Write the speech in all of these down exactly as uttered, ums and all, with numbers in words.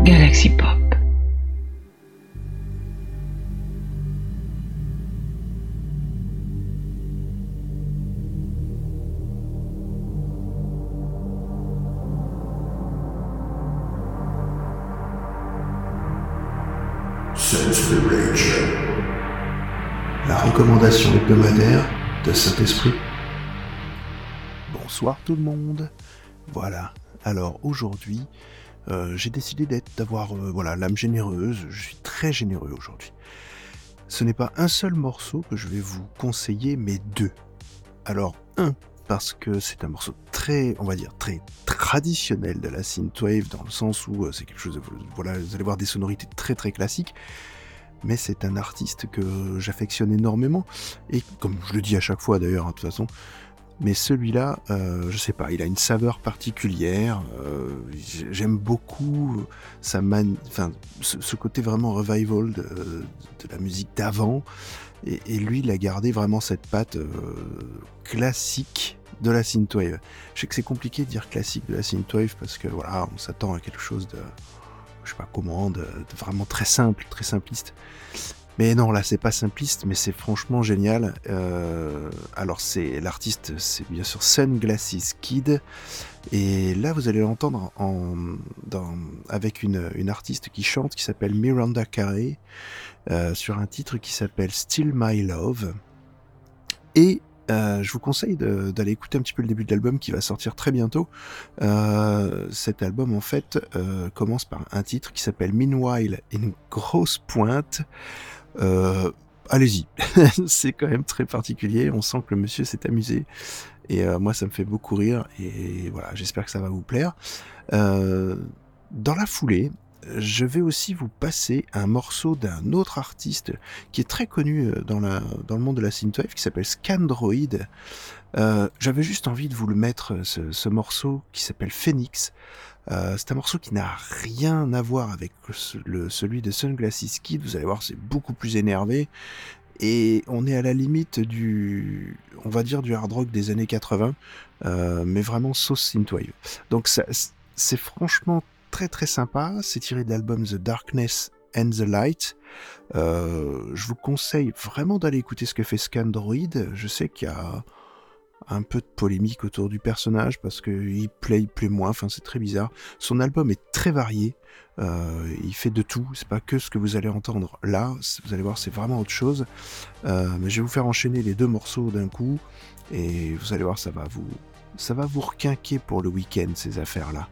Galaxy Pop. Senspiration. La recommandation hebdomadaire de Saint-Esprit. Bonsoir tout le monde. Voilà. Alors aujourd'hui, euh, j'ai décidé d'être, d'avoir euh, voilà, l'âme généreuse. Je suis très généreux aujourd'hui. Ce n'est pas un seul morceau que je vais vous conseiller, mais deux. Alors un, parce que c'est un morceau très, on va dire, très traditionnel de la synthwave, dans le sens où euh, c'est quelque chose de, voilà, vous allez voir des sonorités très très classiques, mais c'est un artiste que j'affectionne énormément, et comme je le dis à chaque fois d'ailleurs, hein, de toute façon, mais celui-là, euh, je sais pas, il a une saveur particulière, euh, j'aime beaucoup sa man... enfin, ce, ce côté vraiment revival de, de la musique d'avant, et, et lui, il a gardé vraiment cette patte euh, classique de la synthwave. Je sais que c'est compliqué de dire classique de la synthwave, parce que voilà, on s'attend à quelque chose de, je sais pas comment, de, de vraiment très simple, très simpliste. Mais non, là, c'est pas simpliste, mais c'est franchement génial. Euh, alors, c'est l'artiste, c'est bien sûr Sunglasses Kid. Et là, vous allez l'entendre en, dans, avec une, une artiste qui chante, qui s'appelle Miranda Carey, euh, sur un titre qui s'appelle Still My Love. Et euh, je vous conseille de, d'aller écouter un petit peu le début de l'album qui va sortir très bientôt. Euh, cet album, en fait, euh, commence par un titre qui s'appelle Meanwhile in Grosse Pointe. Euh, allez-y, c'est quand même très particulier, on sent que le monsieur s'est amusé, et euh, moi ça me fait beaucoup rire, et voilà, j'espère que ça va vous plaire. Euh, dans la foulée, je vais aussi vous passer un morceau d'un autre artiste qui est très connu dans, la, dans le monde de la synthwave, qui s'appelle Scandroid. Euh, j'avais juste envie de vous le mettre, ce, ce morceau qui s'appelle Phoenix. Euh, c'est un morceau qui n'a rien à voir avec le, celui de Sunglasses Kid. Vous allez voir, c'est beaucoup plus énervé. Et on est à la limite du, on va dire, du hard rock des années quatre-vingts, euh, mais vraiment sauce synthwave. Donc ça, c'est franchement très très sympa. C'est tiré de l'album The Darkness and the Light. Euh, je vous conseille vraiment d'aller écouter ce que fait Scandroid. Je sais qu'il y a un peu de polémique autour du personnage parce qu'il plaît, il plaît moins, enfin c'est très bizarre. Son album est très varié, euh, il fait de tout, c'est pas que ce que vous allez entendre là, vous allez voir c'est vraiment autre chose, euh, mais je vais vous faire enchaîner les deux morceaux d'un coup, et vous allez voir ça va vous, ça va vous requinquer pour le week-end ces affaires-là.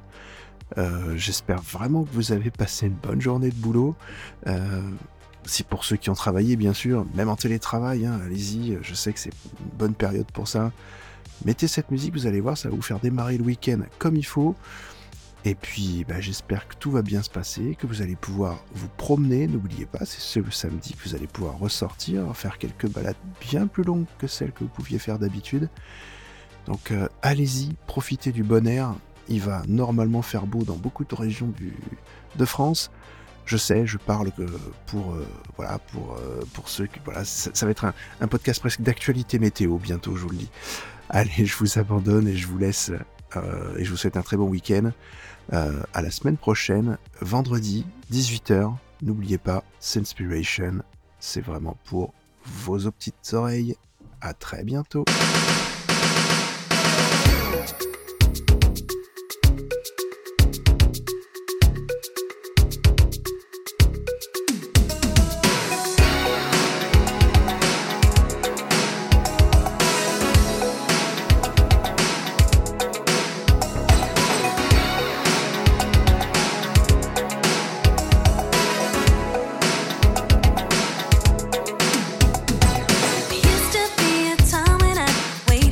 Euh, j'espère vraiment que vous avez passé une bonne journée de boulot, euh, si pour ceux qui ont travaillé bien sûr, même en télétravail, hein, allez-y, je sais que c'est une bonne période pour ça. Mettez cette musique, vous allez voir, ça va vous faire démarrer le week-end comme il faut. Et puis, bah, j'espère que tout va bien se passer, que vous allez pouvoir vous promener. N'oubliez pas, c'est ce samedi que vous allez pouvoir ressortir, faire quelques balades bien plus longues que celles que vous pouviez faire d'habitude. Donc, euh, allez-y, profitez du bon air. Il va normalement faire beau dans beaucoup de régions du, de France. Je sais, je parle que pour euh, voilà pour euh, pour ceux qui voilà, ça, ça va être un, un podcast presque d'actualité météo bientôt, je vous le dis. Allez, je vous abandonne et je vous laisse euh, et je vous souhaite un très bon week-end. Euh, à la semaine prochaine, vendredi dix-huit heures. N'oubliez pas, Senspiration, c'est vraiment pour vos petites oreilles. À très bientôt. Used to be a time when I waited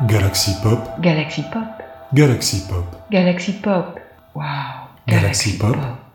Galaxy Pop, Galaxy Pop, Galaxy Pop, Galaxy Pop. Wow. Galaxy Pop.